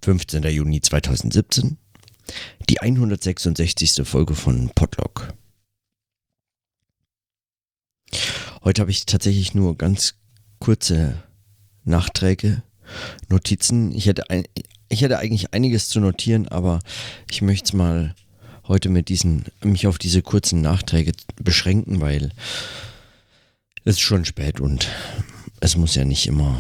15. Juni 2017, die 166. Folge von Podlog. Heute habe ich tatsächlich nur ganz kurze Nachträge, Notizen. Ich hätte eigentlich einiges zu notieren, aber ich möchte es mal heute mich auf diese kurzen Nachträge beschränken, weil es ist schon spät und ich muss ja nicht immer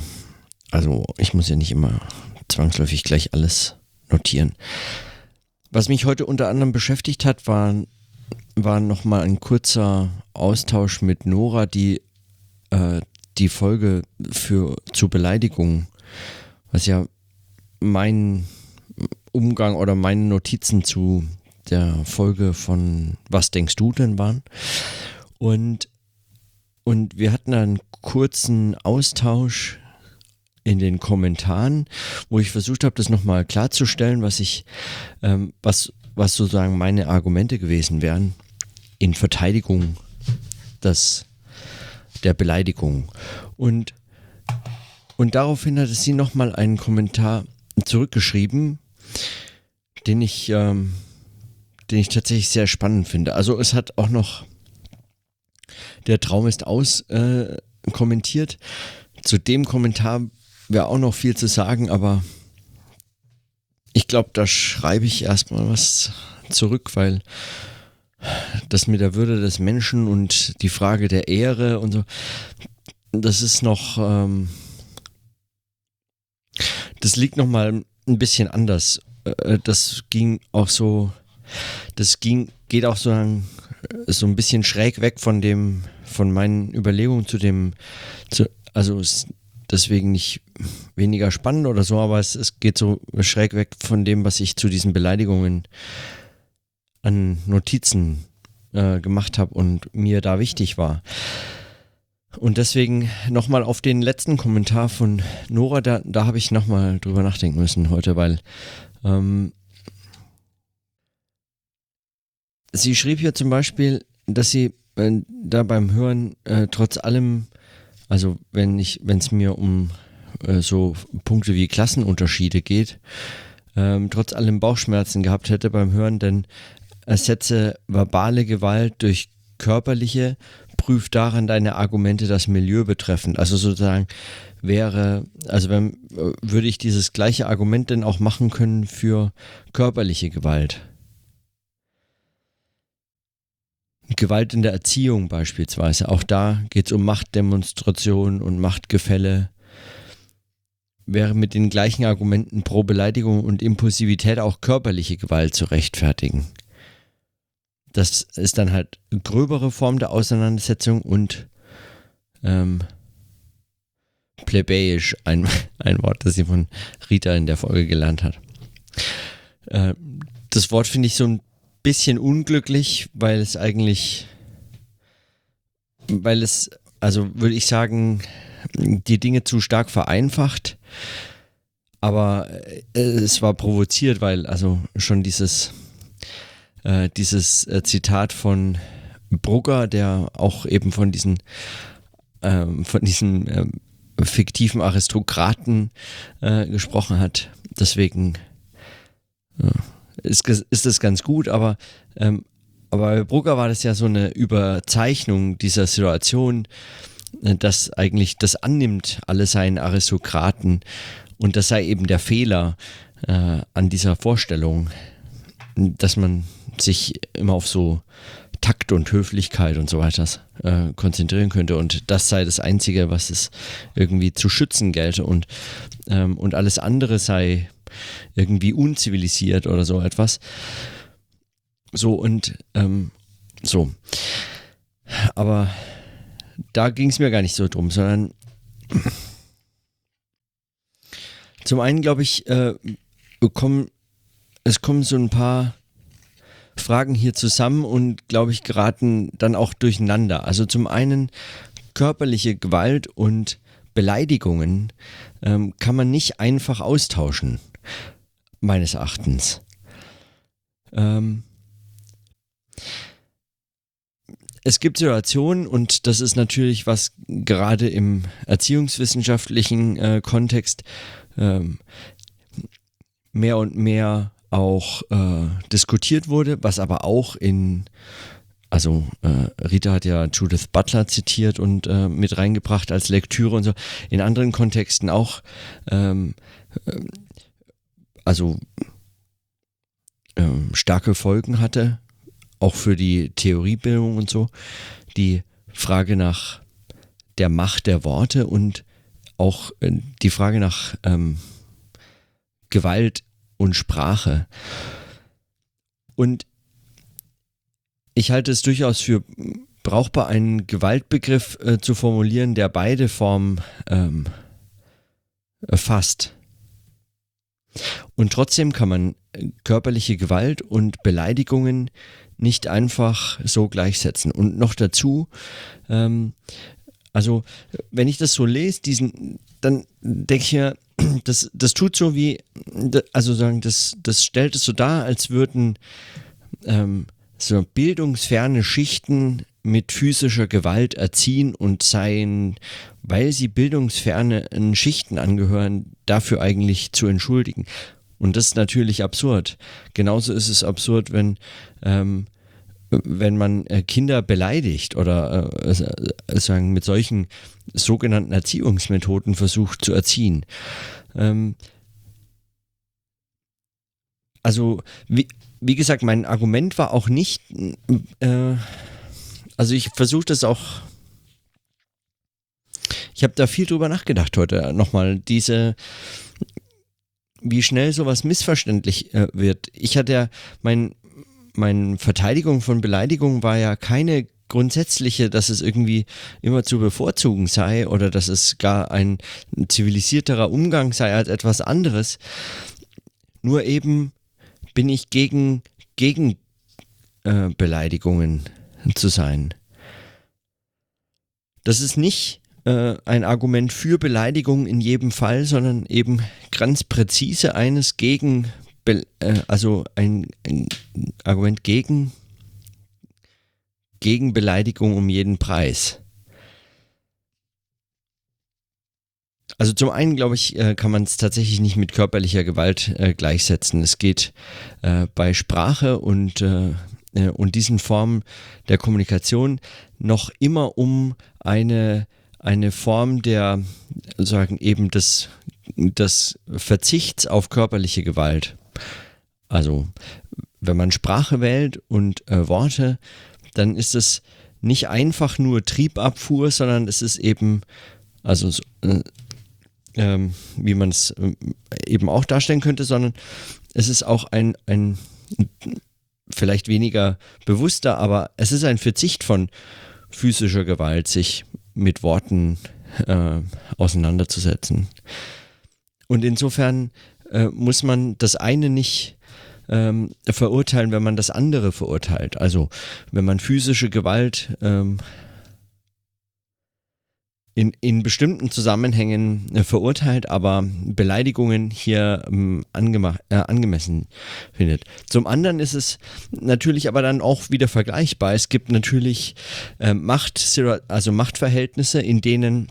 zwangsläufig gleich alles notieren. Was mich heute unter anderem beschäftigt hat, war nochmal ein kurzer Austausch mit Nora, die die Folge zu Beleidigungen, was ja mein Umgang oder meine Notizen zu der Folge von Was denkst du denn waren. Und wir hatten einen kurzen Austausch in den Kommentaren, wo ich versucht habe, das nochmal klarzustellen, was sozusagen meine Argumente gewesen wären in Verteidigung der Beleidigung. Und daraufhin hatte sie nochmal einen Kommentar zurückgeschrieben, den ich tatsächlich sehr spannend finde. Also es hat auch noch Der Traum ist aus kommentiert. Zu dem Kommentar wäre auch noch viel zu sagen, aber ich glaube, da schreibe ich erstmal was zurück, weil das mit der Würde des Menschen und die Frage der Ehre und so, das ist noch, das liegt nochmal ein bisschen anders. Das geht auch so ein bisschen schräg weg von meinen Überlegungen also deswegen nicht weniger spannend oder so, aber es geht so schräg weg von dem, was ich zu diesen Beleidigungen an Notizen gemacht habe und mir da wichtig war. Und deswegen nochmal auf den letzten Kommentar von Nora, da habe ich nochmal drüber nachdenken müssen heute, weil sie schrieb hier zum Beispiel, dass sie da beim Hören trotz allem, also wenn es mir um so Punkte wie Klassenunterschiede geht, trotz allem Bauchschmerzen gehabt hätte beim Hören, denn ersetze verbale Gewalt durch körperliche, prüf daran deine Argumente das Milieu betreffend. Also sozusagen würde ich dieses gleiche Argument denn auch machen können für körperliche Gewalt. Gewalt in der Erziehung beispielsweise. Auch da geht es um Machtdemonstration und Machtgefälle. Wäre mit den gleichen Argumenten pro Beleidigung und Impulsivität auch körperliche Gewalt zu rechtfertigen. Das ist dann halt eine gröbere Form der Auseinandersetzung und plebejisch, ein Wort, das sie von Rita in der Folge gelernt hat. Das Wort finde ich so ein bisschen unglücklich, weil es, würde ich sagen, die Dinge zu stark vereinfacht, aber es war provoziert, weil also schon dieses Zitat von Brugger, der auch eben von diesen fiktiven Aristokraten gesprochen hat, deswegen ist das ganz gut, aber bei Brugger war das ja so eine Überzeichnung dieser Situation, dass eigentlich das annimmt, alle seien Aristokraten und das sei eben der Fehler an dieser Vorstellung, dass man sich immer auf so Takt und Höflichkeit und so weiter konzentrieren könnte und das sei das Einzige, was es irgendwie zu schützen gelte und alles andere sei irgendwie unzivilisiert oder so etwas. So und so. Aber da ging es mir gar nicht so drum, sondern zum einen glaube ich, es kommen so ein paar Fragen hier zusammen und glaube ich geraten dann auch durcheinander. Also zum einen körperliche Gewalt und Beleidigungen kann man nicht einfach austauschen, meines Erachtens. Es gibt Situationen und das ist natürlich was gerade im erziehungswissenschaftlichen Kontext mehr und mehr auch diskutiert wurde, was aber auch Rita hat ja Judith Butler zitiert und mit reingebracht als Lektüre und so, in anderen Kontexten auch, starke Folgen hatte, auch für die Theoriebildung und so, die Frage nach der Macht der Worte und auch die Frage nach Gewalt und Sprache. Und ich halte es durchaus für brauchbar, einen Gewaltbegriff zu formulieren, der beide Formen fasst. Und trotzdem kann man körperliche Gewalt und Beleidigungen nicht einfach so gleichsetzen. Und noch dazu, wenn ich das so lese, dann denke ich mir, das tut so wie, das stellt es so dar, als würden so bildungsferne Schichten mit physischer Gewalt erziehen und seien, weil sie bildungsfernen Schichten angehören, dafür eigentlich zu entschuldigen. Und das ist natürlich absurd. Genauso ist es absurd, wenn man Kinder beleidigt oder mit solchen sogenannten Erziehungsmethoden versucht zu erziehen. Wie gesagt, mein Argument war auch nicht, ich versuche das auch, ich habe da viel drüber nachgedacht heute nochmal, wie schnell sowas missverständlich wird. Ich hatte ja, meine Verteidigung von Beleidigung war ja keine grundsätzliche, dass es irgendwie immer zu bevorzugen sei oder dass es gar ein zivilisierterer Umgang sei als etwas anderes. Nur eben bin ich gegen Beleidigungen zu sein. Das ist nicht ein Argument für Beleidigung in jedem Fall, sondern eben ganz präzise eines ein Argument gegen Beleidigung um jeden Preis. Also zum einen, glaube ich, kann man es tatsächlich nicht mit körperlicher Gewalt gleichsetzen. Es geht bei Sprache und diesen Formen der Kommunikation noch immer um eine Form der, sagen eben des Verzichts auf körperliche Gewalt. Also wenn man Sprache wählt und Worte, dann ist es nicht einfach nur Triebabfuhr, sondern es ist eben, wie man es eben auch darstellen könnte, sondern es ist auch ein vielleicht weniger bewusster, aber es ist ein Verzicht von physischer Gewalt, sich mit Worten auseinanderzusetzen. Und insofern muss man das eine nicht verurteilen, wenn man das andere verurteilt. Also wenn man physische Gewalt in bestimmten Zusammenhängen verurteilt, aber Beleidigungen hier angemessen findet. Zum anderen ist es natürlich aber dann auch wieder vergleichbar. Es gibt natürlich Machtverhältnisse, in denen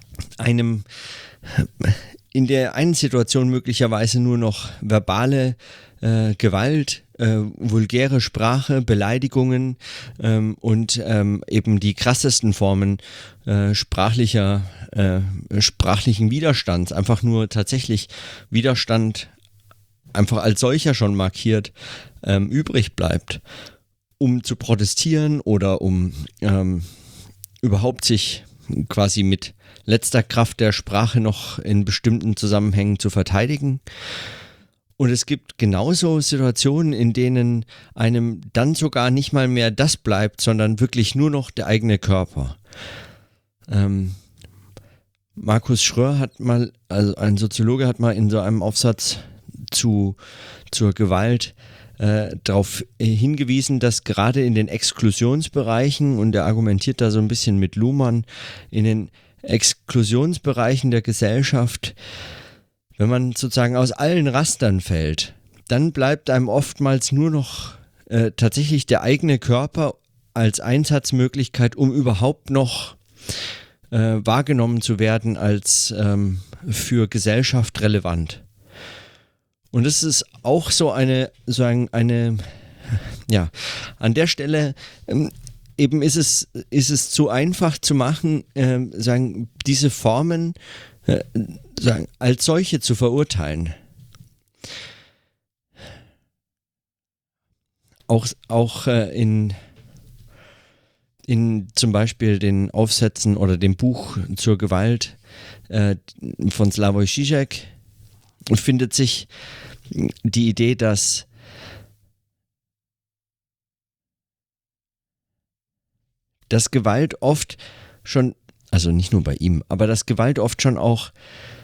in der einen Situation möglicherweise nur noch verbale Gewalt, vulgäre Sprache, Beleidigungen und eben die krassesten Formen sprachlichen Widerstands, einfach nur tatsächlich Widerstand einfach als solcher schon markiert, übrig bleibt, um zu protestieren oder um überhaupt sich quasi mit letzter Kraft der Sprache noch in bestimmten Zusammenhängen zu verteidigen. Und es gibt genauso Situationen, in denen einem dann sogar nicht mal mehr das bleibt, sondern wirklich nur noch der eigene Körper. Markus Schröer hat mal, also ein Soziologe hat mal in so einem Aufsatz zur Gewalt darauf hingewiesen, dass gerade in den Exklusionsbereichen, und er argumentiert da so ein bisschen mit Luhmann, in den Exklusionsbereichen der Gesellschaft, wenn man sozusagen aus allen Rastern fällt, dann bleibt einem oftmals nur noch tatsächlich der eigene Körper als Einsatzmöglichkeit, um überhaupt noch wahrgenommen zu werden als für Gesellschaft relevant. Und das ist auch so ja, an der Stelle eben ist es zu einfach zu machen, diese Formen als solche zu verurteilen. Auch in zum Beispiel den Aufsätzen oder dem Buch zur Gewalt von Slavoj Žižek findet sich die Idee, dass Gewalt oft schon, also nicht nur bei ihm, aber dass Gewalt oft schon auch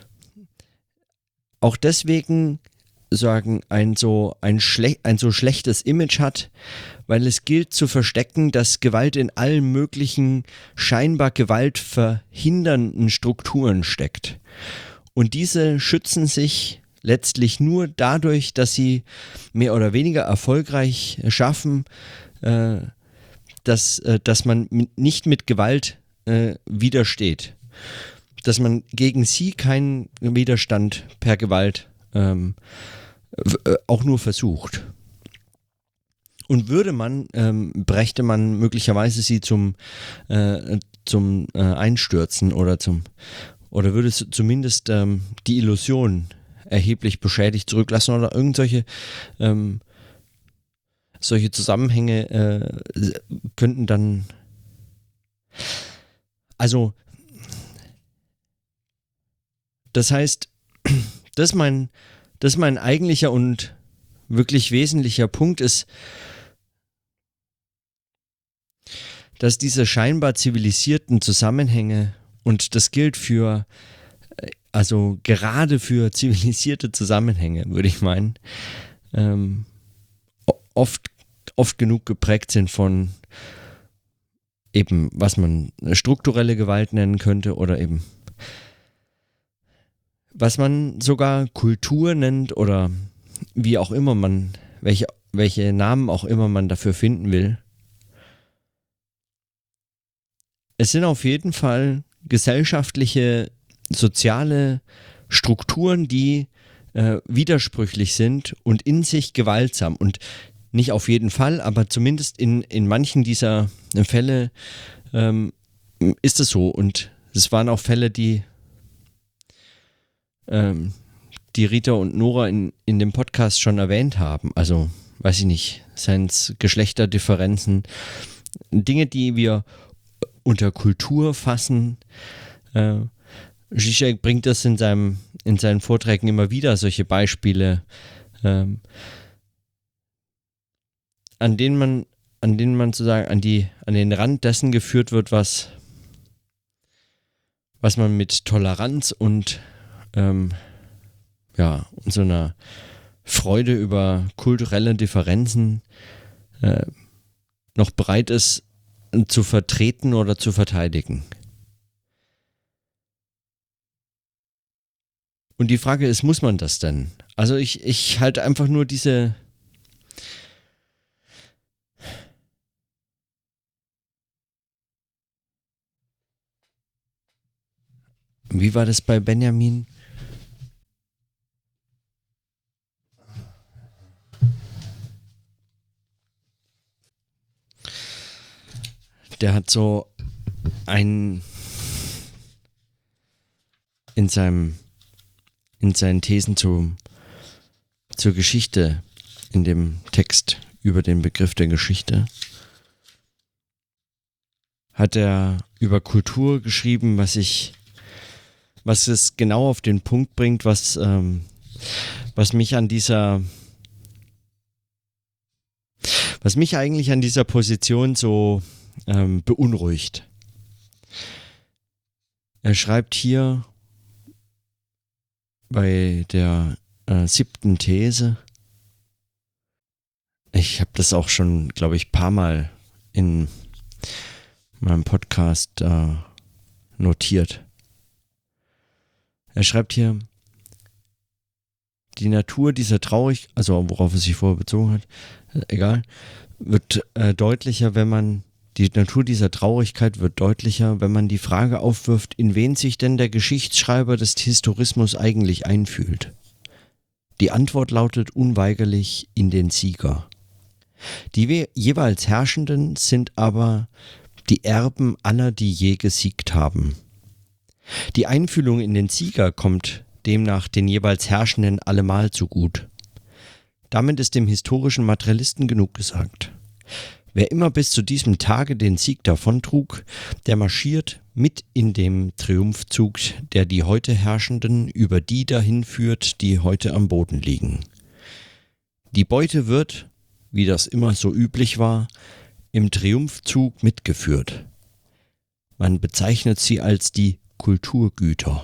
deswegen ein so schlechtes Image hat, weil es gilt zu verstecken, dass Gewalt in allen möglichen scheinbar gewaltverhindernden Strukturen steckt. Und diese schützen sich letztlich nur dadurch, dass sie mehr oder weniger erfolgreich schaffen, dass man nicht mit Gewalt widersteht. Dass man gegen sie keinen Widerstand per Gewalt auch nur versucht. Und brächte man möglicherweise sie zum Einstürzen oder würde es zumindest die Illusion erheblich beschädigt zurücklassen oder solche Zusammenhänge könnten dann, also das heißt, das mein eigentlicher und wirklich wesentlicher Punkt ist, dass diese scheinbar zivilisierten Zusammenhänge, und das gilt gerade für zivilisierte Zusammenhänge, würde ich meinen, oft genug geprägt sind von eben, was man strukturelle Gewalt nennen könnte oder eben was man sogar Kultur nennt oder wie auch immer welche Namen auch immer man dafür finden will. Es sind auf jeden Fall gesellschaftliche, soziale Strukturen, die widersprüchlich sind und in sich gewaltsam. Und nicht auf jeden Fall, aber zumindest in manchen dieser Fälle ist es so. Und es waren auch Fälle, die Rita und Nora in dem Podcast schon erwähnt haben. Also, weiß ich nicht, seien es Geschlechterdifferenzen, Dinge, die wir unter Kultur fassen. Žižek bringt das in seinen Vorträgen immer wieder, solche Beispiele, an denen man sozusagen an den Rand dessen geführt wird, was man mit Toleranz und und so einer Freude über kulturelle Differenzen noch bereit ist zu vertreten oder zu verteidigen. Und die Frage ist, muss man das denn? Also ich halte einfach nur diese Wie war das bei Benjamin? Der hat so in seinen Thesen zur Geschichte, in dem Text über den Begriff der Geschichte, hat er über Kultur geschrieben, was es genau auf den Punkt bringt, was mich eigentlich an dieser Position so beunruhigt. Er schreibt hier bei der 7. These, ich habe das auch schon, glaube ich, ein paar Mal in meinem Podcast notiert. Er schreibt hier, die Natur dieser Traurigkeit, also worauf es sich vorher bezogen hat, egal, wird deutlicher, die Natur dieser Traurigkeit wird deutlicher, wenn man die Frage aufwirft, in wen sich denn der Geschichtsschreiber des Historismus eigentlich einfühlt. Die Antwort lautet unweigerlich in den Sieger. Die jeweils Herrschenden sind aber die Erben aller, die je gesiegt haben. Die Einfühlung in den Sieger kommt demnach den jeweils Herrschenden allemal zu gut. Damit ist dem historischen Materialisten genug gesagt. Wer immer bis zu diesem Tage den Sieg davontrug, der marschiert mit in dem Triumphzug, der die heute Herrschenden über die dahin führt, die heute am Boden liegen. Die Beute wird, wie das immer so üblich war, im Triumphzug mitgeführt. Man bezeichnet sie als die Kulturgüter.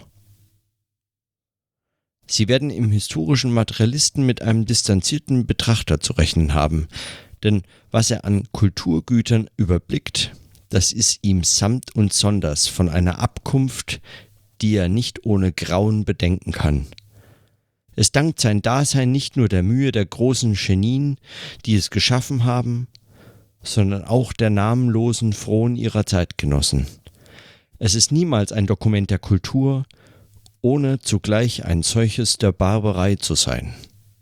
Sie werden im historischen Materialisten mit einem distanzierten Betrachter zu rechnen haben, denn was er an Kulturgütern überblickt, das ist ihm samt und sonders von einer Abkunft, die er nicht ohne Grauen bedenken kann. Es dankt sein Dasein nicht nur der Mühe der großen Genien, die es geschaffen haben, sondern auch der namenlosen Frohen ihrer Zeitgenossen. Es ist niemals ein Dokument der Kultur, ohne zugleich ein solches der Barbarei zu sein.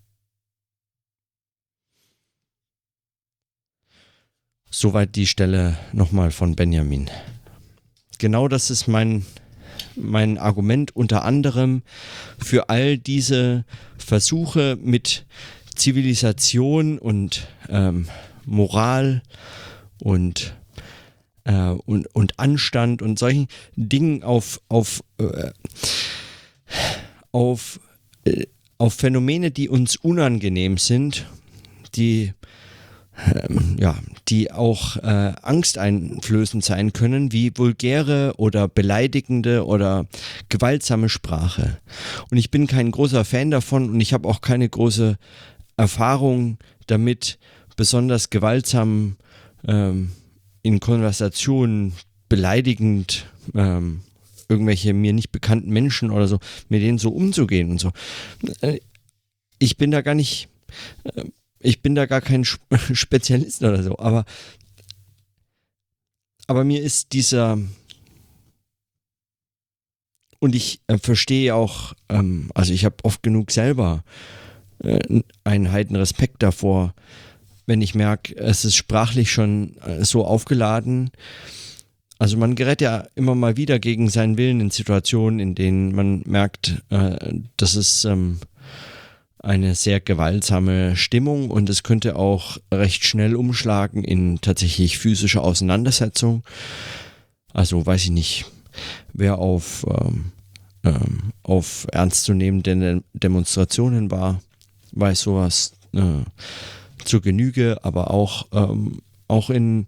Soweit die Stelle nochmal von Benjamin. Genau das ist mein Argument unter anderem für all diese Versuche mit Zivilisation und Moral und Anstand und solchen Dingen auf Phänomene, die uns unangenehm sind, die auch angsteinflößend sein können, wie vulgäre oder beleidigende oder gewaltsame Sprache. Und ich bin kein großer Fan davon und ich habe auch keine große Erfahrung damit, besonders gewaltsam in Konversationen beleidigend irgendwelche mir nicht bekannten Menschen oder so, mit denen so umzugehen und so. Ich bin da gar kein Spezialist oder so, aber mir ist dieser, und ich verstehe auch, also ich habe oft genug selber einen heiden Respekt davor, wenn ich merke, es ist sprachlich schon so aufgeladen. Also man gerät ja immer mal wieder gegen seinen Willen in Situationen, in denen man merkt, das ist eine sehr gewaltsame Stimmung und es könnte auch recht schnell umschlagen in tatsächlich physische Auseinandersetzung. Also weiß ich nicht, wer auf ernstzunehmenden Demonstrationen war, weiß sowas zur Genüge, aber auch in,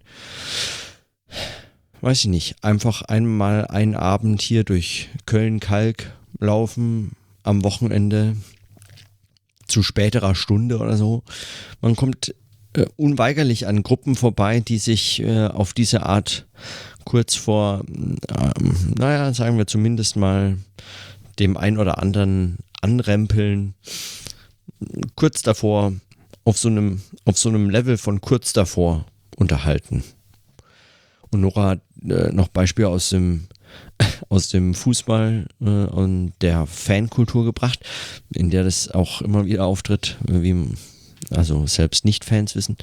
weiß ich nicht, einfach einmal einen Abend hier durch Köln-Kalk laufen am Wochenende zu späterer Stunde oder so. Man kommt unweigerlich an Gruppen vorbei, die sich auf diese Art kurz vor, sagen wir zumindest mal dem ein oder anderen anrempeln, kurz davor, auf so einem Level von kurz davor unterhalten. Und Nora hat noch Beispiele aus dem Fußball und der Fankultur gebracht, in der das auch immer wieder auftritt, wie also selbst Nicht-Fans wissen.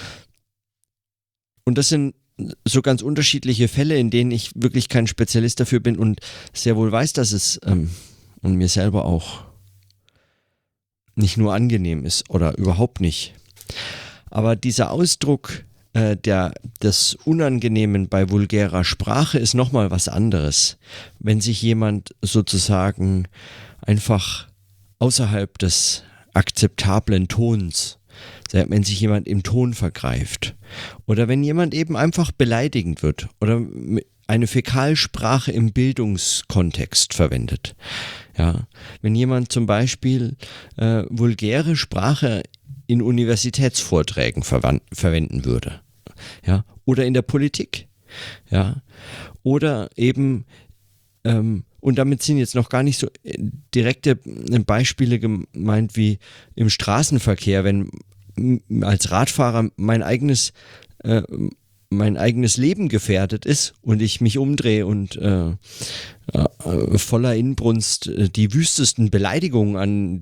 Und das sind so ganz unterschiedliche Fälle, in denen ich wirklich kein Spezialist dafür bin und sehr wohl weiß, dass es und mir selber auch nicht nur angenehm ist oder überhaupt nicht. Aber dieser Ausdruck des Unangenehmen bei vulgärer Sprache ist nochmal was anderes. Wenn sich jemand sozusagen einfach außerhalb des akzeptablen Tons, wenn sich jemand im Ton vergreift oder wenn jemand eben einfach beleidigend wird oder eine Fäkalsprache im Bildungskontext verwendet. Ja, wenn jemand zum Beispiel vulgäre Sprache in Universitätsvorträgen verwenden würde. Ja, oder in der Politik. Ja, oder eben, und damit sind jetzt noch gar nicht so direkte Beispiele gemeint wie im Straßenverkehr, wenn als Radfahrer mein eigenes mein eigenes Leben gefährdet ist und ich mich umdrehe und voller Inbrunst die wüstesten Beleidigungen an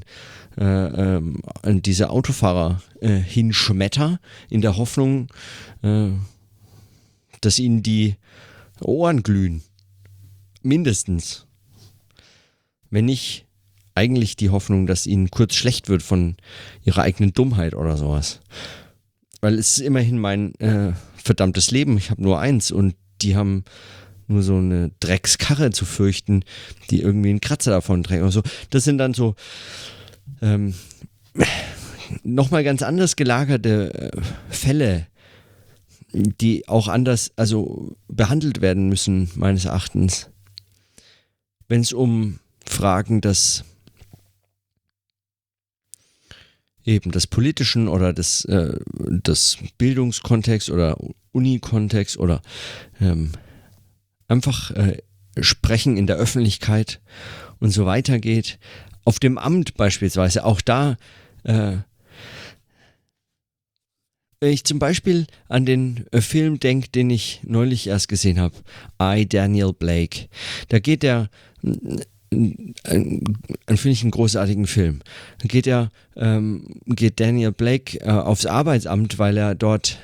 diese Autofahrer hinschmetter, in der Hoffnung, dass ihnen die Ohren glühen. Mindestens. Wenn nicht eigentlich die Hoffnung, dass ihnen kurz schlecht wird von ihrer eigenen Dummheit oder sowas. Weil es ist immerhin mein verdammtes Leben. Ich habe nur eins und die haben nur so eine Dreckskarre zu fürchten, die irgendwie einen Kratzer davon trägt oder so. Das sind dann so nochmal ganz anders gelagerte Fälle, die auch anders, also behandelt werden müssen, meines Erachtens. Wenn es um Fragen des politischen oder des Bildungskontext oder Unikontext oder einfach Sprechen in der Öffentlichkeit und so weiter geht. Auf dem Amt beispielsweise, auch da, wenn ich zum Beispiel an den Film denke, den ich neulich erst gesehen habe, I, Daniel Blake, da geht der finde ich einen großartigen Film. Dann geht Daniel Blake aufs Arbeitsamt, weil er dort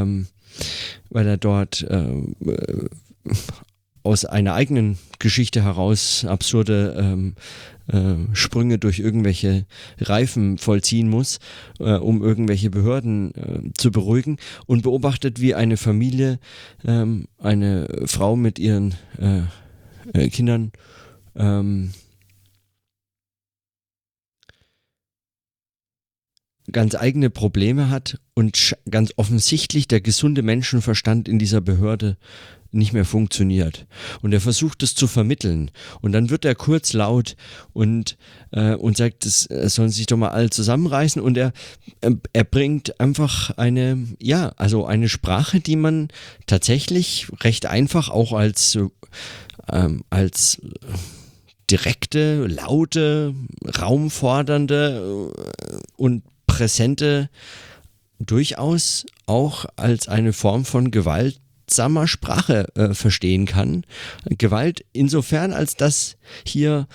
aus einer eigenen Geschichte heraus absurde Sprünge durch irgendwelche Reifen vollziehen muss, um irgendwelche Behörden zu beruhigen, und beobachtet, wie eine Familie, eine Frau mit ihren Kindern, ganz eigene Probleme hat und ganz offensichtlich der gesunde Menschenverstand in dieser Behörde nicht mehr funktioniert. Und er versucht es zu vermitteln. Und dann wird er kurz laut und sagt, es sollen sich doch mal alle zusammenreißen. Und er bringt einfach eine Sprache, die man tatsächlich recht einfach auch als direkte, laute, raumfordernde und präsente durchaus auch als eine Form von gewaltsamer Sprache verstehen kann. Gewalt insofern, als dass hier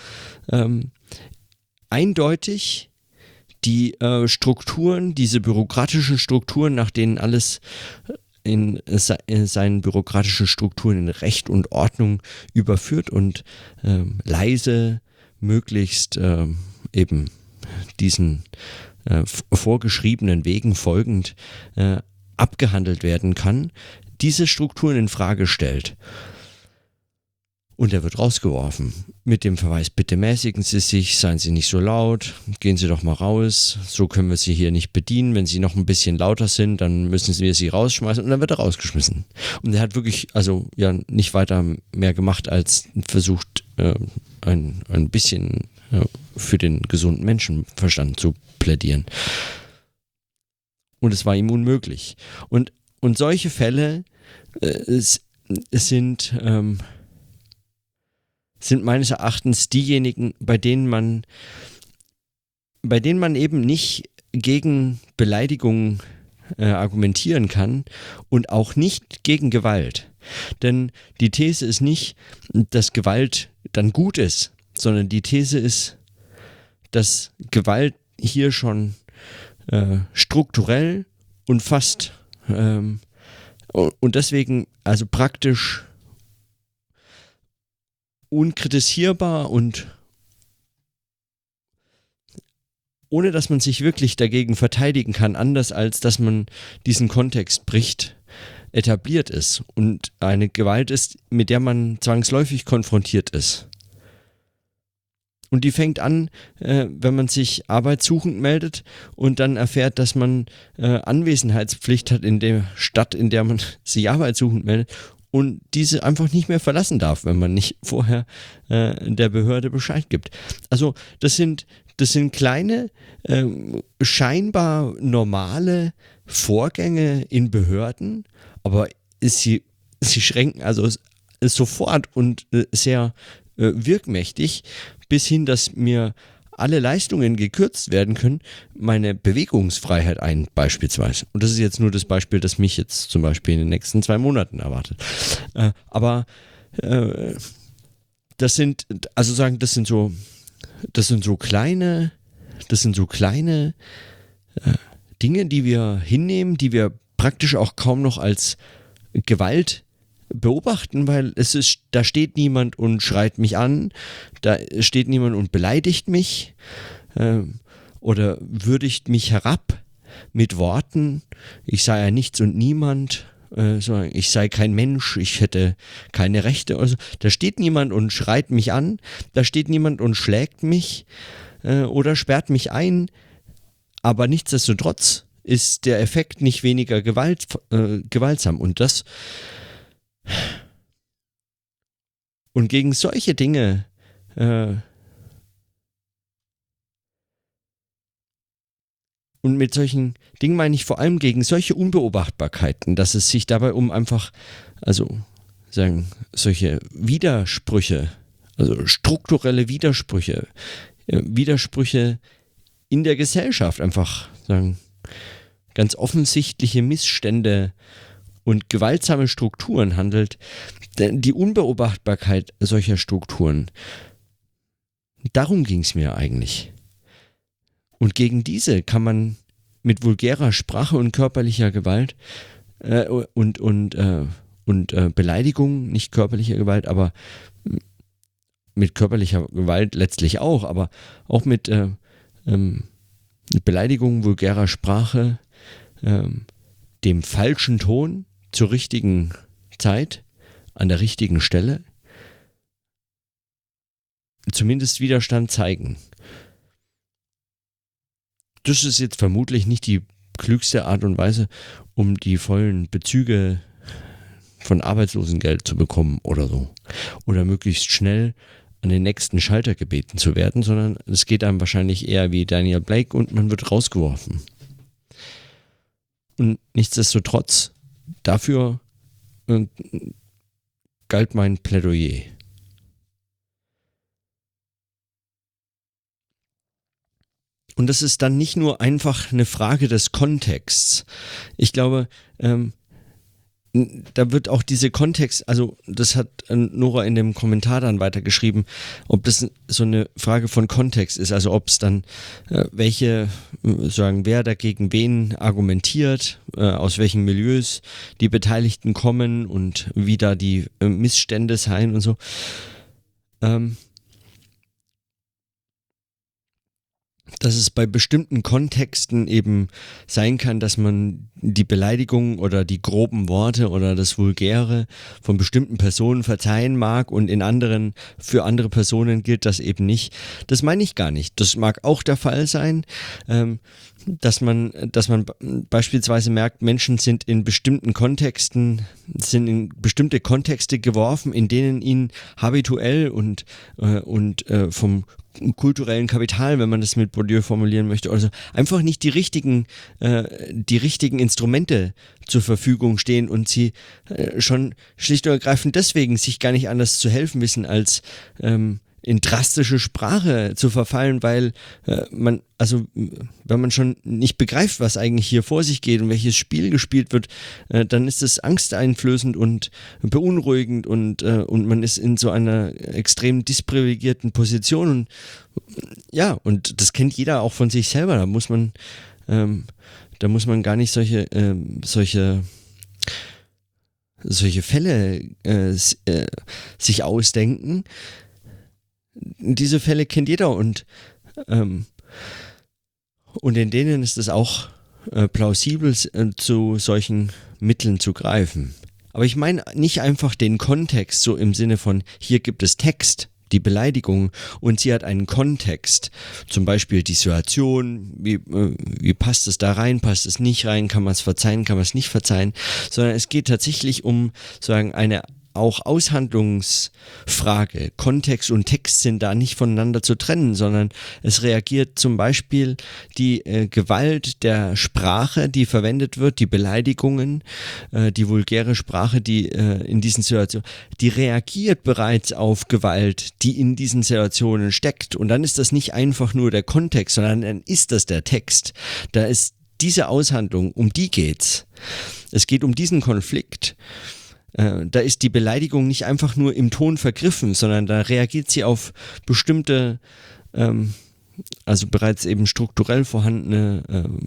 eindeutig die Strukturen, diese bürokratischen Strukturen, nach denen alles in seinen bürokratischen Strukturen in Recht und Ordnung überführt und leise möglichst eben diesen vorgeschriebenen Wegen folgend abgehandelt werden kann, diese Strukturen in Frage stellt. Und er wird rausgeworfen mit dem Verweis: Bitte mäßigen Sie sich, seien Sie nicht so laut, gehen Sie doch mal raus, so können wir Sie hier nicht bedienen. Wenn Sie noch ein bisschen lauter sind, dann müssen wir Sie rausschmeißen, und dann wird er rausgeschmissen. Und er hat wirklich nicht weiter mehr gemacht, als versucht, ein bisschen für den gesunden Menschenverstand zu plädieren. Und es war ihm unmöglich. Und solche Fälle sind meines Erachtens diejenigen, bei denen man eben nicht gegen Beleidigungen argumentieren kann und auch nicht gegen Gewalt. Denn die These ist nicht, dass Gewalt dann gut ist, sondern die These ist, dass Gewalt hier schon strukturell und fast und deswegen also praktisch unkritisierbar und ohne dass man sich wirklich dagegen verteidigen kann, anders als dass man diesen Kontext bricht, etabliert ist und eine Gewalt ist, mit der man zwangsläufig konfrontiert ist. Und die fängt an, wenn man sich arbeitssuchend meldet und dann erfährt, dass man Anwesenheitspflicht hat in der Stadt, in der man sich arbeitssuchend meldet, und diese einfach nicht mehr verlassen darf, wenn man nicht vorher der Behörde Bescheid gibt. Also das sind kleine, scheinbar normale Vorgänge in Behörden, aber sie schränken also sofort und sehr wirkmächtig, bis hin, dass mir alle Leistungen gekürzt werden können, meine Bewegungsfreiheit ein, beispielsweise. Und das ist jetzt nur das Beispiel, das mich jetzt zum Beispiel in den nächsten 2 Monaten erwartet. Aber das sind so kleine Dinge, die wir hinnehmen, die wir praktisch auch kaum noch als Gewalt beobachten, weil da steht niemand und schreit mich an, da steht niemand und beleidigt mich oder würdigt mich herab mit Worten, ich sei ein Nichts und Niemand, ich sei kein Mensch, ich hätte keine Rechte. Also, da steht niemand und schreit mich an, da steht niemand und schlägt mich oder sperrt mich ein, aber nichtsdestotrotz ist der Effekt nicht weniger gewaltsam. Und gegen solche Dinge und mit solchen Dingen meine ich vor allem gegen solche Unbeobachtbarkeiten, dass es sich dabei um einfach, solche Widersprüche, also strukturelle Widersprüche, Widersprüche in der Gesellschaft, einfach ganz offensichtliche Missstände und gewaltsame Strukturen handelt. Die Unbeobachtbarkeit solcher Strukturen, darum ging es mir eigentlich. Und gegen diese kann man mit vulgärer Sprache und körperlicher Gewalt und Beleidigung, nicht körperlicher Gewalt, aber mit körperlicher Gewalt letztlich auch, aber auch mit Beleidigung, vulgärer Sprache, dem falschen Ton zur richtigen Zeit, an der richtigen Stelle, zumindest Widerstand zeigen. Das ist jetzt vermutlich nicht die klügste Art und Weise, um die vollen Bezüge von Arbeitslosengeld zu bekommen oder so. Oder möglichst schnell an den nächsten Schalter gebeten zu werden, sondern es geht einem wahrscheinlich eher wie Daniel Blake und man wird rausgeworfen. Und nichtsdestotrotz, dafür galt mein Plädoyer. Und das ist dann nicht nur einfach eine Frage des Kontexts. Ich glaube, da wird auch diese Kontext, also das hat Nora in dem Kommentar dann weitergeschrieben, ob das so eine Frage von Kontext ist, also ob es dann wer dagegen wen argumentiert, aus welchen Milieus die Beteiligten kommen und wie da die Missstände seien und so. Dass es bei bestimmten Kontexten eben sein kann, dass man die Beleidigung oder die groben Worte oder das Vulgäre von bestimmten Personen verzeihen mag und für andere Personen gilt das eben nicht. Das meine ich gar nicht. Das mag auch der Fall sein, dass man beispielsweise merkt, Menschen sind in bestimmte Kontexte geworfen, in denen ihnen habituell und vom kulturellen Kapital, wenn man das mit Bourdieu formulieren möchte, also einfach nicht die richtigen Instrumente zur Verfügung stehen und sie schon schlicht und ergreifend deswegen sich gar nicht anders zu helfen wissen, als in drastische Sprache zu verfallen, weil wenn man schon nicht begreift, was eigentlich hier vor sich geht und welches Spiel gespielt wird, dann ist es angsteinflößend und beunruhigend und man ist in so einer extrem disprivilegierten Position und ja, und das kennt jeder auch von sich selber, da muss man gar nicht solche Fälle sich ausdenken. Diese Fälle kennt jeder und in denen ist es auch plausibel, zu solchen Mitteln zu greifen. Aber ich meine nicht einfach den Kontext, so im Sinne von, hier gibt es Text, die Beleidigung, und sie hat einen Kontext, zum Beispiel die Situation, wie passt es da rein, passt es nicht rein, kann man es verzeihen, kann man es nicht verzeihen, sondern es geht tatsächlich um eine auch Aushandlungsfrage. Kontext und Text sind da nicht voneinander zu trennen, sondern es reagiert zum Beispiel die Gewalt der Sprache, die verwendet wird, die Beleidigungen, die vulgäre Sprache, die in diesen Situationen, die reagiert bereits auf Gewalt, die in diesen Situationen steckt. Und dann ist das nicht einfach nur der Kontext, sondern dann ist das der Text. Da ist diese Aushandlung, um die geht's. Es geht um diesen Konflikt. Da ist die Beleidigung nicht einfach nur im Ton vergriffen, sondern da reagiert sie auf bestimmte, also bereits eben strukturell vorhandene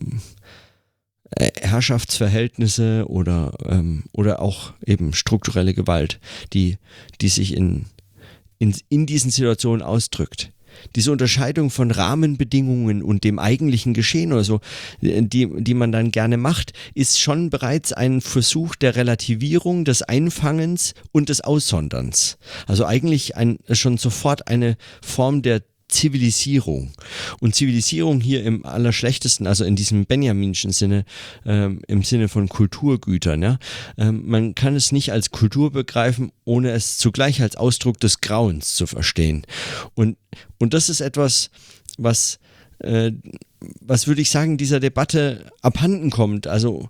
Herrschaftsverhältnisse oder auch eben strukturelle Gewalt, die sich in diesen Situationen ausdrückt. Diese Unterscheidung von Rahmenbedingungen und dem eigentlichen Geschehen oder so, die man dann gerne macht, ist schon bereits ein Versuch der Relativierung, des Einfangens und des Aussonderns. Also eigentlich schon sofort eine Form der Zivilisierung. Und Zivilisierung hier im allerschlechtesten, also in diesem Benjaminschen Sinne, im Sinne von Kulturgütern. Ja? Man kann es nicht als Kultur begreifen, ohne es zugleich als Ausdruck des Grauens zu verstehen. Und das ist etwas, was würde ich sagen, dieser Debatte abhanden kommt. Also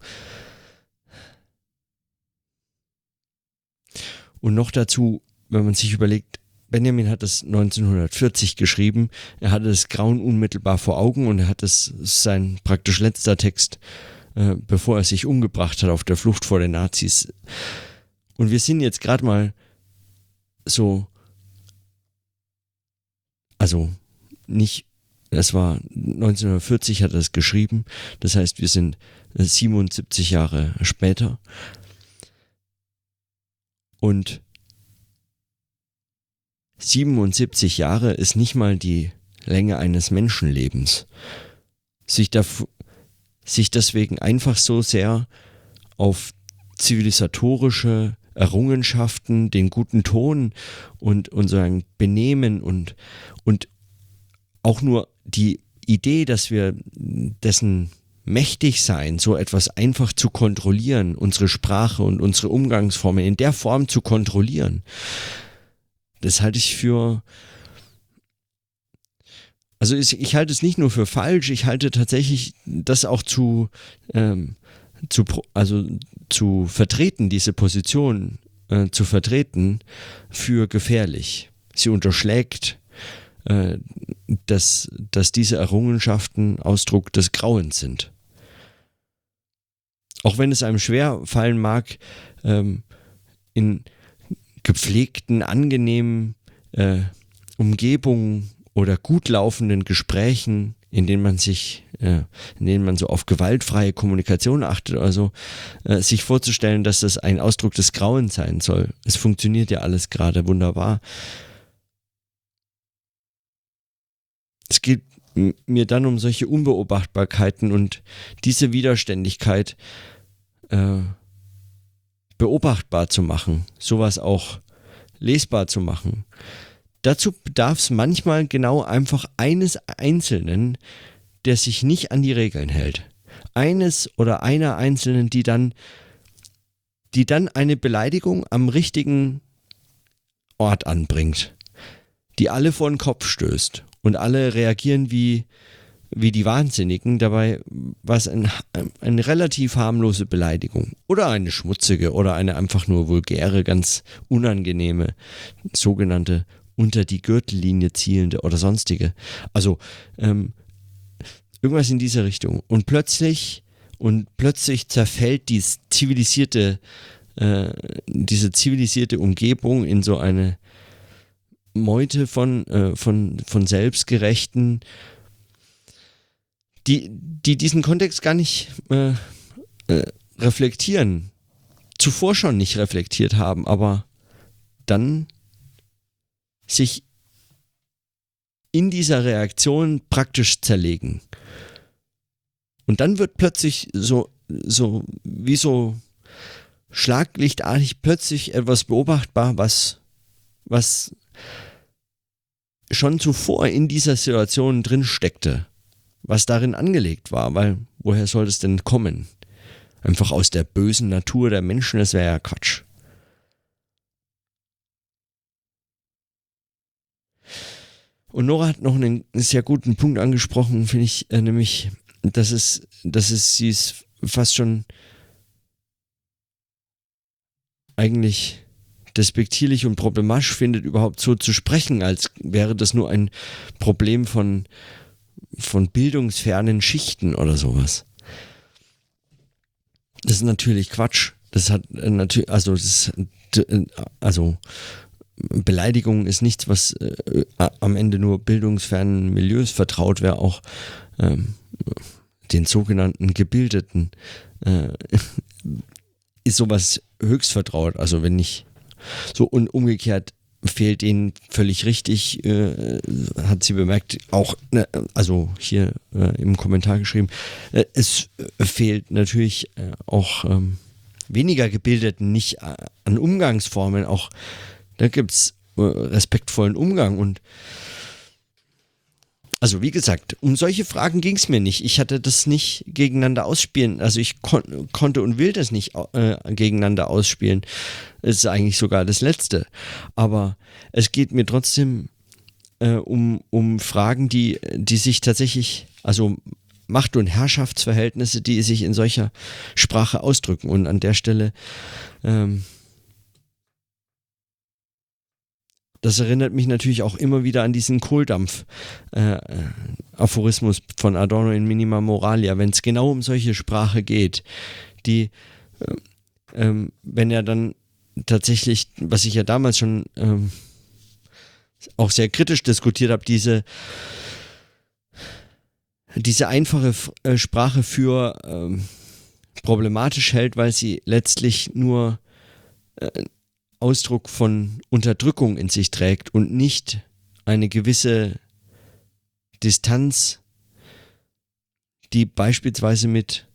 und noch dazu, wenn man sich überlegt, Benjamin hat es 1940 geschrieben, er hatte das Grauen unmittelbar vor Augen und er hat es sein praktisch letzter Text, bevor er sich umgebracht hat auf der Flucht vor den Nazis. Und wir sind jetzt gerade mal so, also nicht, es war 1940 hat er es geschrieben, das heißt wir sind 77 Jahre später und 77 Jahre ist nicht mal die Länge eines Menschenlebens. Sich deswegen einfach so sehr auf zivilisatorische Errungenschaften, den guten Ton und unser Benehmen und auch nur die Idee, dass wir dessen mächtig sein, so etwas einfach zu kontrollieren, unsere Sprache und unsere Umgangsformen in der Form zu kontrollieren. Das halte ich für, also ich halte es nicht nur für falsch, ich halte tatsächlich das auch zu vertreten, diese Position zu vertreten, für gefährlich. Sie unterschlägt, dass diese Errungenschaften Ausdruck des Grauens sind. Auch wenn es einem schwer fallen mag, in gepflegten, angenehmen Umgebungen oder gut laufenden Gesprächen, in denen man so auf gewaltfreie Kommunikation achtet, also sich vorzustellen, dass das ein Ausdruck des Grauens sein soll. Es funktioniert ja alles gerade wunderbar. Es geht mir dann um solche Unbeobachtbarkeiten und diese Widerständigkeit beobachtbar zu machen, sowas auch lesbar zu machen. Dazu bedarf es manchmal genau einfach eines Einzelnen, der sich nicht an die Regeln hält. Eines oder einer Einzelnen, die dann eine Beleidigung am richtigen Ort anbringt, die alle vor den Kopf stößt und alle reagieren wie die Wahnsinnigen, dabei war es eine relativ harmlose Beleidigung oder eine schmutzige oder eine einfach nur vulgäre, ganz unangenehme, sogenannte unter die Gürtellinie zielende oder sonstige. Also irgendwas in diese Richtung. Und plötzlich zerfällt diese zivilisierte Umgebung in so eine Meute von Selbstgerechten, die diesen Kontext gar nicht reflektieren, zuvor schon nicht reflektiert haben, aber dann sich in dieser Reaktion praktisch zerlegen. Und dann wird plötzlich so wie so schlaglichtartig plötzlich etwas beobachtbar, was schon zuvor in dieser Situation drin steckte, was darin angelegt war, weil woher soll es denn kommen? Einfach aus der bösen Natur der Menschen, das wäre ja Quatsch. Und Nora hat noch einen sehr guten Punkt angesprochen, finde ich, nämlich, sie ist fast schon eigentlich despektierlich und problematisch findet, überhaupt so zu sprechen, als wäre das nur ein Problem von bildungsfernen Schichten oder sowas. Das ist natürlich Quatsch. Das hat natürlich, Beleidigung ist nichts, was am Ende nur bildungsfernen Milieus vertraut wäre, auch den sogenannten Gebildeten ist sowas höchst vertraut. Also wenn nicht so, und umgekehrt fehlt ihnen völlig richtig, hat sie bemerkt, auch, also hier im Kommentar geschrieben, es fehlt natürlich auch weniger Gebildeten nicht an Umgangsformen, auch da gibt es respektvollen Umgang. Und also wie gesagt, um solche Fragen ging es mir nicht. Ich hatte das nicht gegeneinander ausspielen. Also ich konnte und will das nicht gegeneinander ausspielen. Es ist eigentlich sogar das Letzte. Aber es geht mir trotzdem um Fragen, die sich tatsächlich, also Macht- und Herrschaftsverhältnisse, die sich in solcher Sprache ausdrücken. Und an der Stelle das erinnert mich natürlich auch immer wieder an diesen Kohldampf-Aphorismus von Adorno in Minima Moralia, wenn es genau um solche Sprache geht, die, wenn er dann tatsächlich, was ich ja damals schon auch sehr kritisch diskutiert habe, diese einfache Sprache für problematisch hält, weil sie letztlich nur Ausdruck von Unterdrückung in sich trägt und nicht eine gewisse Distanz, die beispielsweise mit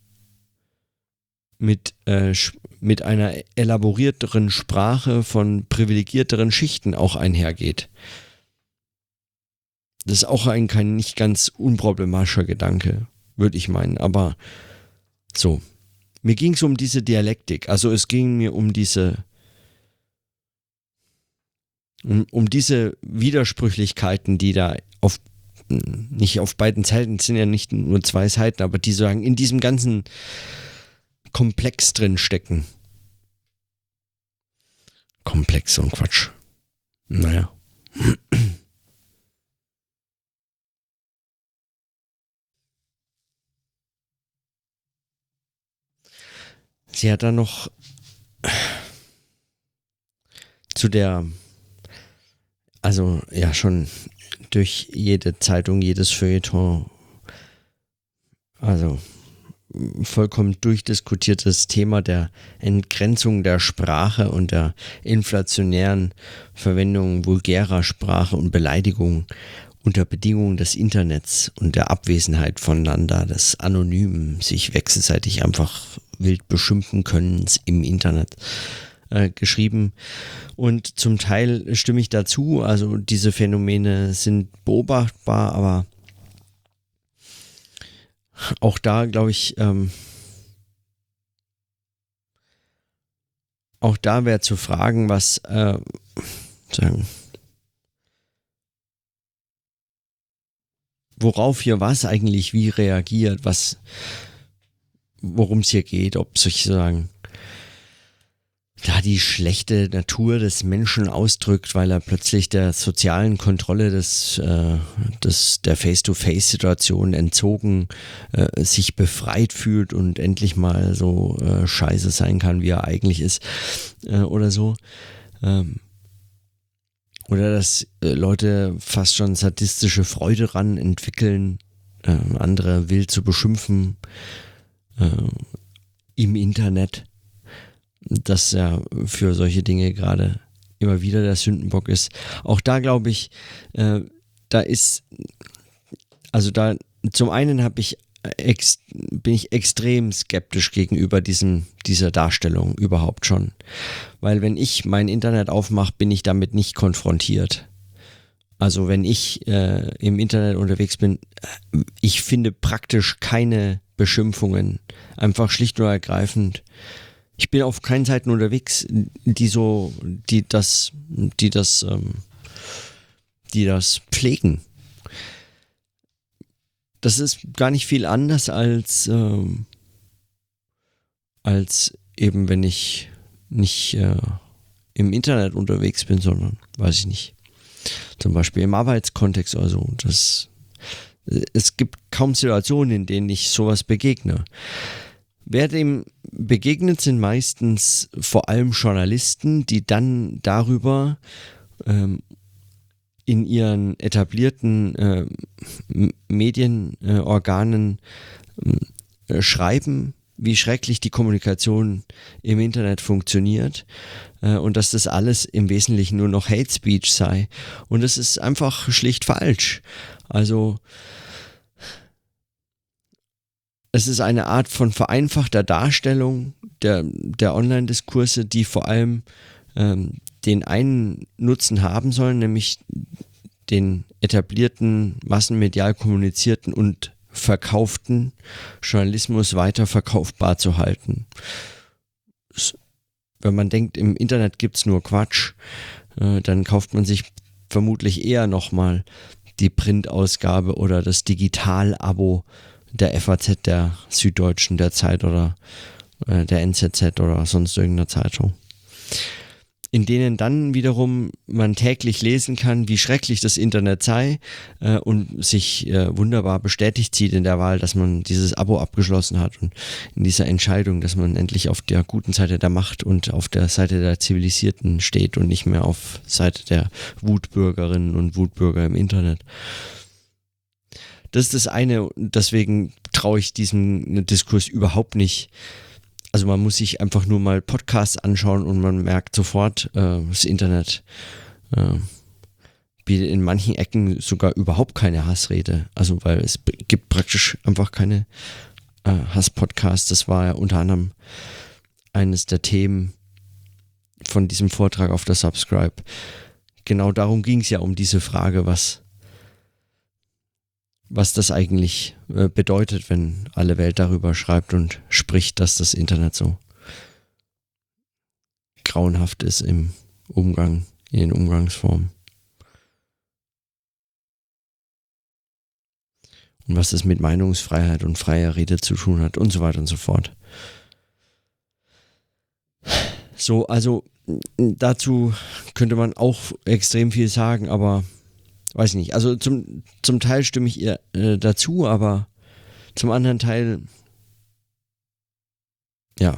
einer elaborierteren Sprache von privilegierteren Schichten auch einhergeht. Das ist auch kein nicht ganz unproblematischer Gedanke, würde ich meinen. Aber so, mir ging es um diese Dialektik. Also es ging mir um diese Widersprüchlichkeiten, die da nicht auf beiden Seiten, es sind ja nicht nur zwei Seiten, aber die sagen, in diesem ganzen Komplex drin stecken. Komplex und Quatsch. Naja. Sie hat dann noch zu der, also ja schon durch jede Zeitung, jedes Feuilleton, also vollkommen durchdiskutiertes Thema der Entgrenzung der Sprache und der inflationären Verwendung vulgärer Sprache und Beleidigung unter Bedingungen des Internets und der Abwesenheit voneinander, des anonymen, sich wechselseitig einfach wild beschimpfen können im Internet geschrieben. Und zum Teil stimme ich dazu, also diese Phänomene sind beobachtbar, aber auch da glaube ich, auch da wäre zu fragen, was worauf hier was eigentlich wie reagiert, worum es hier geht, ob sozusagen da die schlechte Natur des Menschen ausdrückt, weil er plötzlich der sozialen Kontrolle der Face-to-Face-Situation entzogen, sich befreit fühlt und endlich mal so scheiße sein kann, wie er eigentlich ist, oder so. Oder dass Leute fast schon sadistische Freude daran entwickeln, andere wild zu beschimpfen im Internet, dass er für solche Dinge gerade immer wieder der Sündenbock ist. Auch da glaube ich, zum einen bin ich extrem skeptisch gegenüber dieser Darstellung überhaupt schon. Weil wenn ich mein Internet aufmache, bin ich damit nicht konfrontiert. Also wenn ich im Internet unterwegs bin, ich finde praktisch keine Beschimpfungen. Einfach schlicht und ergreifend. Ich bin auf keinen Seiten unterwegs, die das pflegen. das ist gar nicht viel anders als eben, wenn ich nicht im Internet unterwegs bin, sondern, weiß ich nicht, zum Beispiel im Arbeitskontext oder so. Es gibt kaum Situationen, in denen ich sowas begegne. Wer dem begegnet, sind meistens vor allem Journalisten, die dann darüber in ihren etablierten Medienorganen schreiben, wie schrecklich die Kommunikation im Internet funktioniert und dass das alles im Wesentlichen nur noch Hate Speech sei. Und das ist einfach schlicht falsch. Also es ist eine Art von vereinfachter Darstellung der Online-Diskurse, die vor allem den einen Nutzen haben sollen, nämlich den etablierten, massenmedial kommunizierten und verkauften Journalismus weiter verkaufbar zu halten. Wenn man denkt, im Internet gibt es nur Quatsch, dann kauft man sich vermutlich eher nochmal die Printausgabe oder das Digital-Abo der FAZ, der Süddeutschen, der Zeit oder der NZZ oder sonst irgendeiner Zeitung. In denen dann wiederum man täglich lesen kann, wie schrecklich das Internet sei und sich wunderbar bestätigt sieht in der Wahl, dass man dieses Abo abgeschlossen hat und in dieser Entscheidung, dass man endlich auf der guten Seite der Macht und auf der Seite der Zivilisierten steht und nicht mehr auf Seite der Wutbürgerinnen und Wutbürger im Internet. Das ist das eine, deswegen traue ich diesem Diskurs überhaupt nicht. Also man muss sich einfach nur mal Podcasts anschauen und man merkt sofort, das Internet bietet in manchen Ecken sogar überhaupt keine Hassrede. Also weil es gibt praktisch einfach keine Hasspodcasts. Das war ja unter anderem eines der Themen von diesem Vortrag auf der Subscribe. Genau darum ging es ja, um diese Frage, was das eigentlich bedeutet, wenn alle Welt darüber schreibt und spricht, dass das Internet so grauenhaft ist im Umgang, in den Umgangsformen. Und was das mit Meinungsfreiheit und freier Rede zu tun hat und so weiter und so fort. So, also dazu könnte man auch extrem viel sagen, aber weiß nicht, also zum Teil stimme ich ihr dazu, aber zum anderen Teil, ja.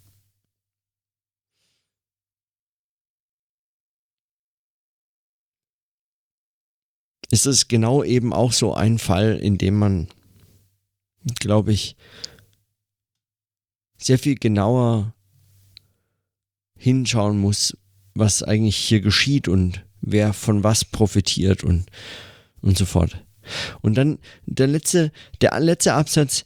Ist es genau eben auch so ein Fall, in dem man, glaube ich, sehr viel genauer hinschauen muss, was eigentlich hier geschieht und wer von was profitiert und so fort. Und dann der letzte Absatz,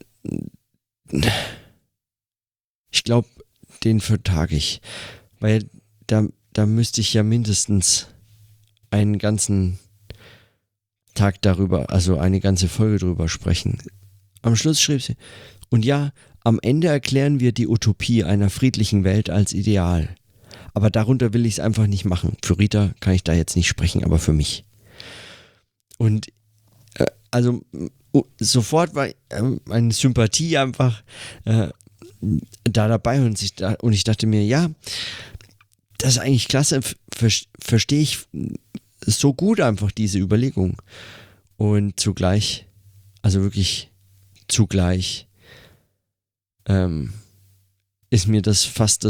ich glaube, den vertage ich, weil da müsste ich ja mindestens einen ganzen Tag darüber, also eine ganze Folge darüber sprechen. Am Schluss schrieb sie, und ja, am Ende erklären wir die Utopie einer friedlichen Welt als Ideal. Aber darunter will ich es einfach nicht machen. Für Rita kann ich da jetzt nicht sprechen, aber für mich. Und also sofort war meine Sympathie einfach da dabei und ich dachte mir, ja, das ist eigentlich klasse, verstehe ich so gut einfach diese Überlegung. Und zugleich, also wirklich zugleich, ist mir das fast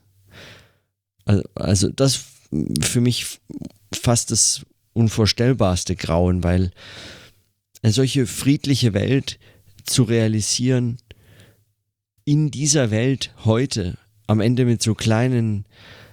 also das für mich fast das unvorstellbarste Grauen, weil eine solche friedliche Welt zu realisieren, in dieser Welt heute, am Ende mit so kleinen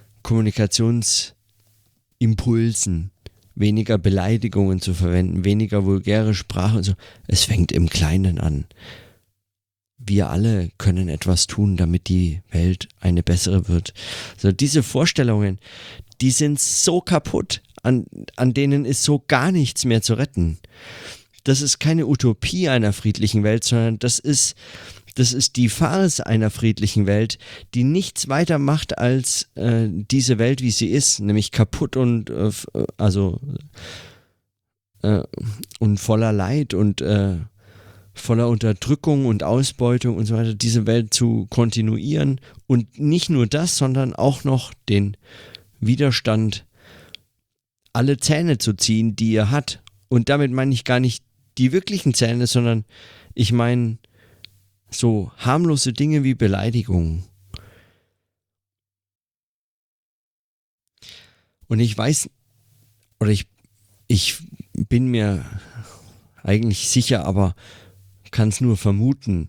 Kommunikationsimpulsen, weniger Beleidigungen zu verwenden, weniger vulgäre Sprache und so, es fängt im Kleinen an. Wir alle können etwas tun, damit die Welt eine bessere wird. Also diese Vorstellungen, die sind so kaputt, an denen ist so gar nichts mehr zu retten. Das ist keine Utopie einer friedlichen Welt, sondern das ist die Farce einer friedlichen Welt, die nichts weiter macht als diese Welt, wie sie ist, nämlich kaputt und und voller Leid und voller Unterdrückung und Ausbeutung und so weiter, diese Welt zu kontinuieren und nicht nur das, sondern auch noch den Widerstand, alle Zähne zu ziehen, die er hat. Und damit meine ich gar nicht die wirklichen Zähne, sondern ich meine so harmlose Dinge wie Beleidigungen. Und ich weiß, oder ich bin mir eigentlich sicher, aber kann es nur vermuten,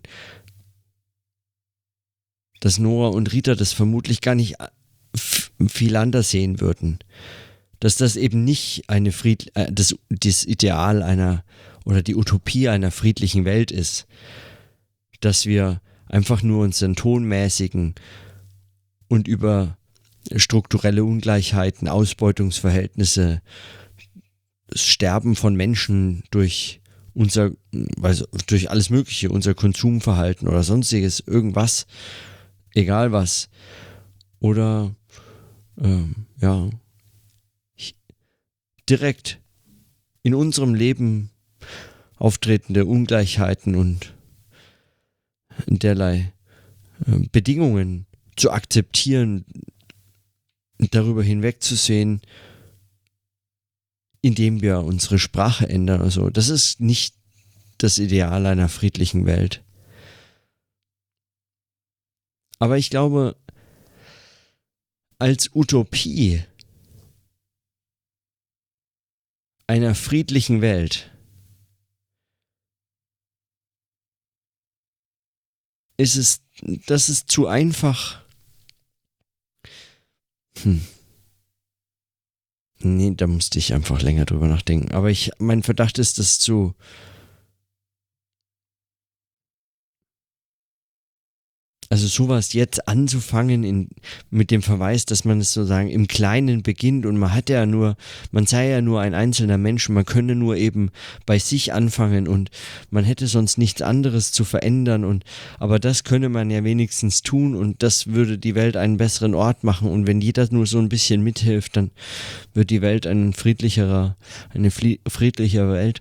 dass Nora und Rita das vermutlich gar nicht viel anders sehen würden. Dass das eben nicht das Ideal einer oder die Utopie einer friedlichen Welt ist. Dass wir einfach nur unseren tonmäßigen und über strukturelle Ungleichheiten, Ausbeutungsverhältnisse, das Sterben von Menschen durch durch alles Mögliche, unser Konsumverhalten oder sonstiges, irgendwas, egal was. Oder ja, direkt in unserem Leben auftretende Ungleichheiten und derlei Bedingungen zu akzeptieren, darüber hinwegzusehen, indem wir unsere Sprache ändern. Also das ist nicht das Ideal einer friedlichen Welt. Aber ich glaube, als Utopie einer friedlichen Welt das ist zu einfach. Nee, da musste ich einfach länger drüber nachdenken. Aber mein Verdacht ist, dass also sowas jetzt anzufangen mit dem Verweis, dass man es sozusagen im Kleinen beginnt und man sei ja nur ein einzelner Mensch, man könne nur eben bei sich anfangen und man hätte sonst nichts anderes zu verändern aber das könne man ja wenigstens tun und das würde die Welt einen besseren Ort machen und wenn jeder nur so ein bisschen mithilft, dann wird die Welt eine friedlichere Welt.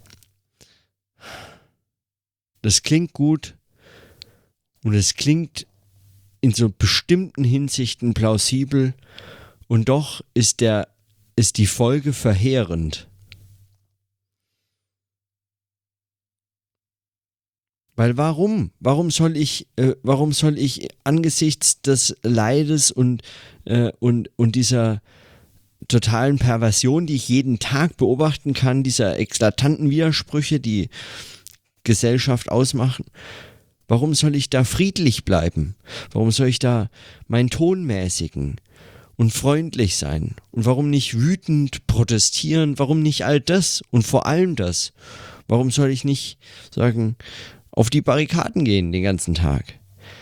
Das klingt gut. Und es klingt in so bestimmten Hinsichten plausibel und doch ist die Folge verheerend. Weil warum? Warum soll ich angesichts des Leides und dieser totalen Perversion, die ich jeden Tag beobachten kann, dieser eklatanten Widersprüche, die Gesellschaft ausmachen, warum soll ich da friedlich bleiben? Warum soll ich da meinen Ton mäßigen und freundlich sein? Und warum nicht wütend protestieren? Warum nicht all das und vor allem das? Warum soll ich nicht sagen, auf die Barrikaden gehen den ganzen Tag?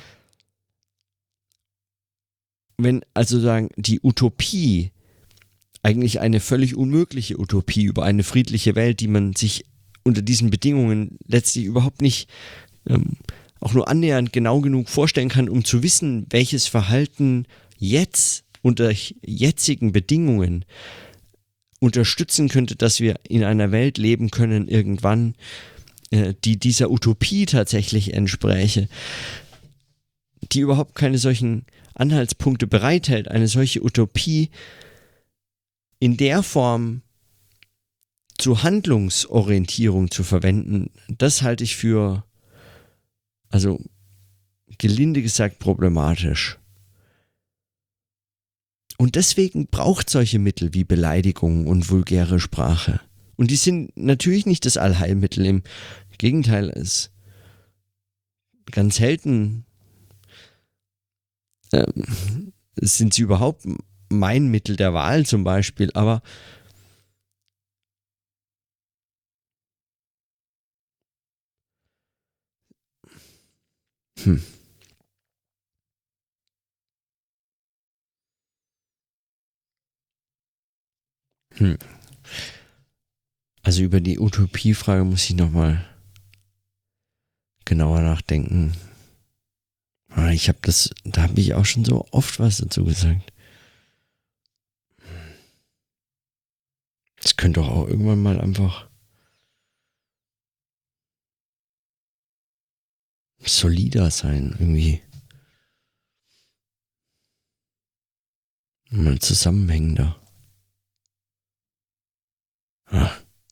Wenn also sagen, die Utopie, eigentlich eine völlig unmögliche Utopie über eine friedliche Welt, die man sich unter diesen Bedingungen letztlich überhaupt nicht auch nur annähernd genau genug vorstellen kann, um zu wissen, welches Verhalten jetzt unter jetzigen Bedingungen unterstützen könnte, dass wir in einer Welt leben können irgendwann, die dieser Utopie tatsächlich entspräche, die überhaupt keine solchen Anhaltspunkte bereithält, eine solche Utopie in der Form zur Handlungsorientierung zu verwenden, das halte ich für also gelinde gesagt problematisch. Und deswegen braucht solche Mittel wie Beleidigungen und vulgäre Sprache. Und die sind natürlich nicht das Allheilmittel. Im Gegenteil, es ganz selten sind sie überhaupt mein Mittel der Wahl zum Beispiel. Aber Also über die Utopiefrage muss ich nochmal genauer nachdenken. Da habe ich auch schon so oft was dazu gesagt. Das könnte doch auch irgendwann mal einfach solider sein, irgendwie. Mal zusammenhängender. Ah.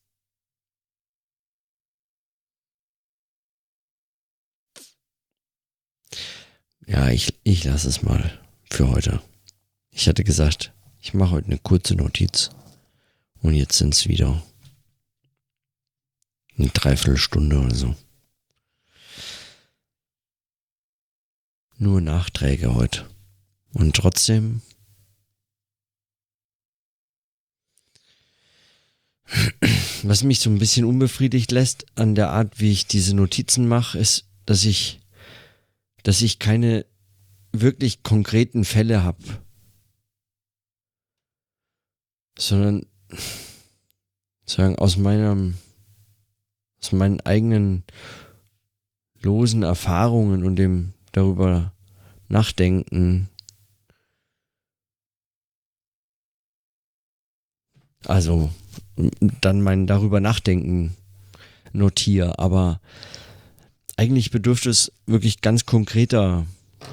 Ja, ich lasse es mal für heute. Ich hatte gesagt, ich mache heute eine kurze Notiz. Und jetzt sind es wieder eine Dreiviertelstunde oder so. Nur Nachträge heute. Und trotzdem was mich so ein bisschen unbefriedigt lässt an der Art, wie ich diese Notizen mache, ist, dass ich keine wirklich konkreten Fälle habe, sondern sagen aus meinen eigenen losen Erfahrungen und dem darüber nachdenken, also dann mein darüber nachdenken notiere, aber eigentlich bedürfte es wirklich ganz konkreter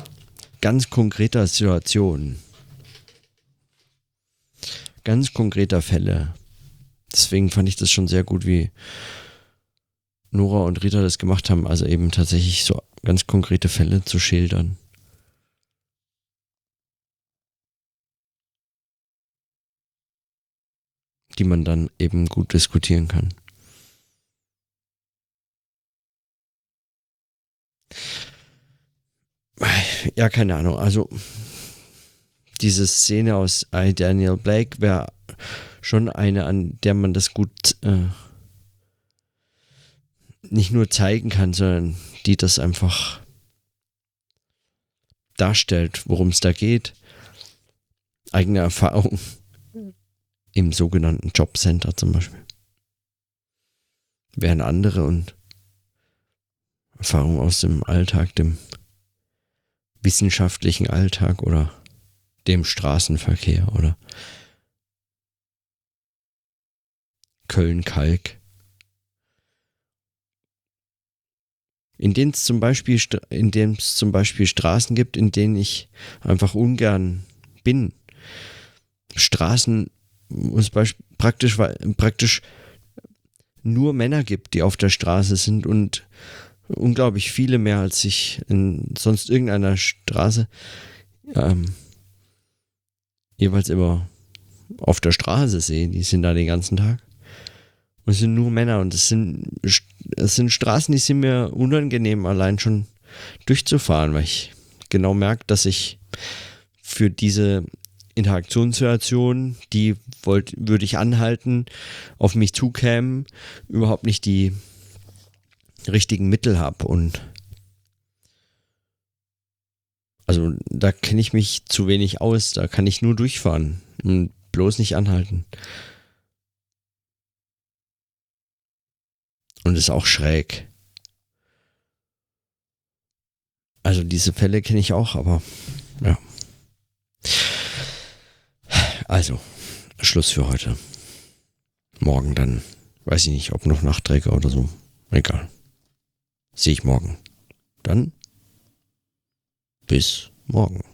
Situationen, ganz konkreter Fälle. Deswegen fand ich das schon sehr gut, wie Nora und Rita das gemacht haben, also eben tatsächlich so ganz konkrete Fälle zu schildern. Die man dann eben gut diskutieren kann. Ja, keine Ahnung. Also diese Szene aus I, Daniel Blake wäre schon eine, an der man das gut nicht nur zeigen kann, sondern die das einfach darstellt, worum es da geht. Eigene Erfahrung im sogenannten Jobcenter zum Beispiel. Während andere und Erfahrung aus dem Alltag, dem wissenschaftlichen Alltag oder dem Straßenverkehr oder Köln-Kalk. In denen es zum Beispiel Straßen gibt, in denen ich einfach ungern bin. Straßen, wo es praktisch nur Männer gibt, die auf der Straße sind und unglaublich viele mehr, als ich in sonst irgendeiner Straße jeweils immer auf der Straße sehe. Die sind da den ganzen Tag. Und es sind nur Männer und es sind Straßen, die sind mir unangenehm, allein schon durchzufahren, weil ich genau merke, dass ich für diese Interaktionssituation, die würde ich anhalten, auf mich zukämen, überhaupt nicht die richtigen Mittel habe. Und also da kenne ich mich zu wenig aus, da kann ich nur durchfahren und bloß nicht anhalten. Und ist auch schräg. Also diese Fälle kenne ich auch, aber ja. Also, Schluss für heute. Morgen dann, weiß ich nicht, ob noch Nachträge oder so. Egal. Sehe ich morgen. Dann bis morgen.